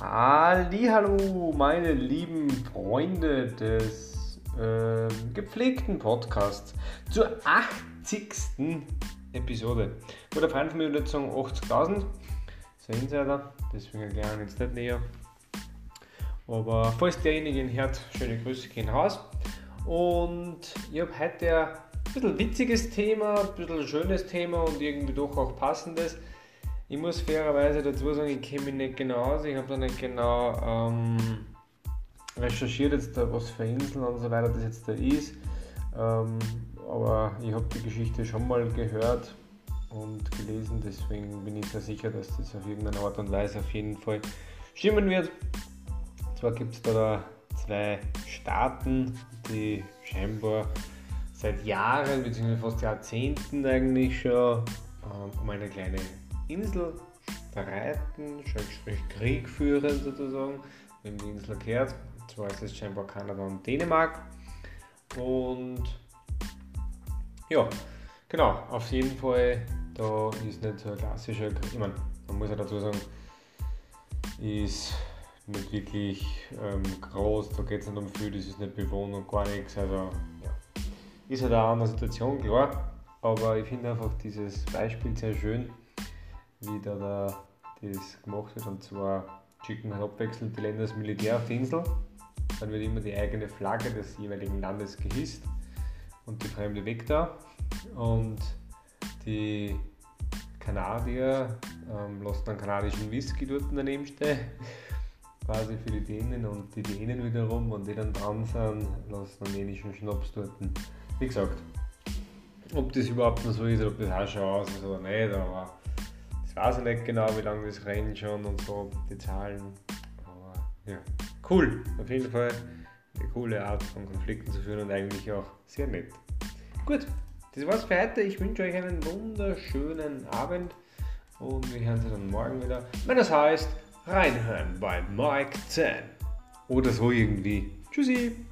Hallihallo, meine lieben Freunde des gepflegten Podcasts zur 80. Episode. Gut, ein Freund von mir würde sagen 80.000, so ein Insider, deswegen erklären wir jetzt nicht näher. Aber falls derjenige ihn hört, schöne Grüße gehen raus. Und ich habe heute ein bisschen witziges Thema, ein bisschen schönes Thema und irgendwie doch auch passendes. Ich muss fairerweise dazu sagen, ich kenne mich nicht genau aus, ich habe da nicht genau recherchiert, jetzt da, was für Inseln und so weiter das jetzt da ist. Aber ich habe die Geschichte schon mal gehört und gelesen, deswegen bin ich sehr sicher, dass das auf irgendeine Art und Weise auf jeden Fall stimmen wird. Und zwar gibt es da zwei Staaten, die scheinbar seit Jahren bzw. fast Jahrzehnten eigentlich schon um eine kleine Insel streiten, Krieg führen sozusagen, wenn die Insel gehört. Und zwar ist es scheinbar Kanada und Dänemark. Und ja, genau, auf jeden Fall, da ist nicht so ein klassischer Krieg. Ich meine, man muss ja dazu sagen, ist nicht wirklich groß, da geht es nicht um viel, das ist nicht bewohnt und gar nichts. Also ja, ist halt eine andere Situation, klar. Aber ich finde einfach dieses Beispiel sehr schön, wie da das gemacht wird, und zwar schicken halt abwechselnd die Länder das Militär auf die Insel, dann wird immer die eigene Flagge des jeweiligen Landes gehisst und die Fremde weg da, und die Kanadier lassen dann kanadischen Whisky dort daneben stehen, quasi für die Dänen, und die Dänen wiederum, und die dann dran sind, lassen einen dänischen Schnaps dort. Wie gesagt, ob das überhaupt noch so ist oder ob das auch schon aus ist oder nicht, aber ich weiß ich nicht genau, wie lange das rennt schon und so, die Zahlen. Aber ja, cool. Auf jeden Fall eine coole Art von Konflikten zu führen und eigentlich auch sehr nett. Gut, das war's für heute. Ich wünsche euch einen wunderschönen Abend und wir hören uns dann morgen wieder, wenn das heißt, reinhören bei Mike 10. Oder so irgendwie. Tschüssi!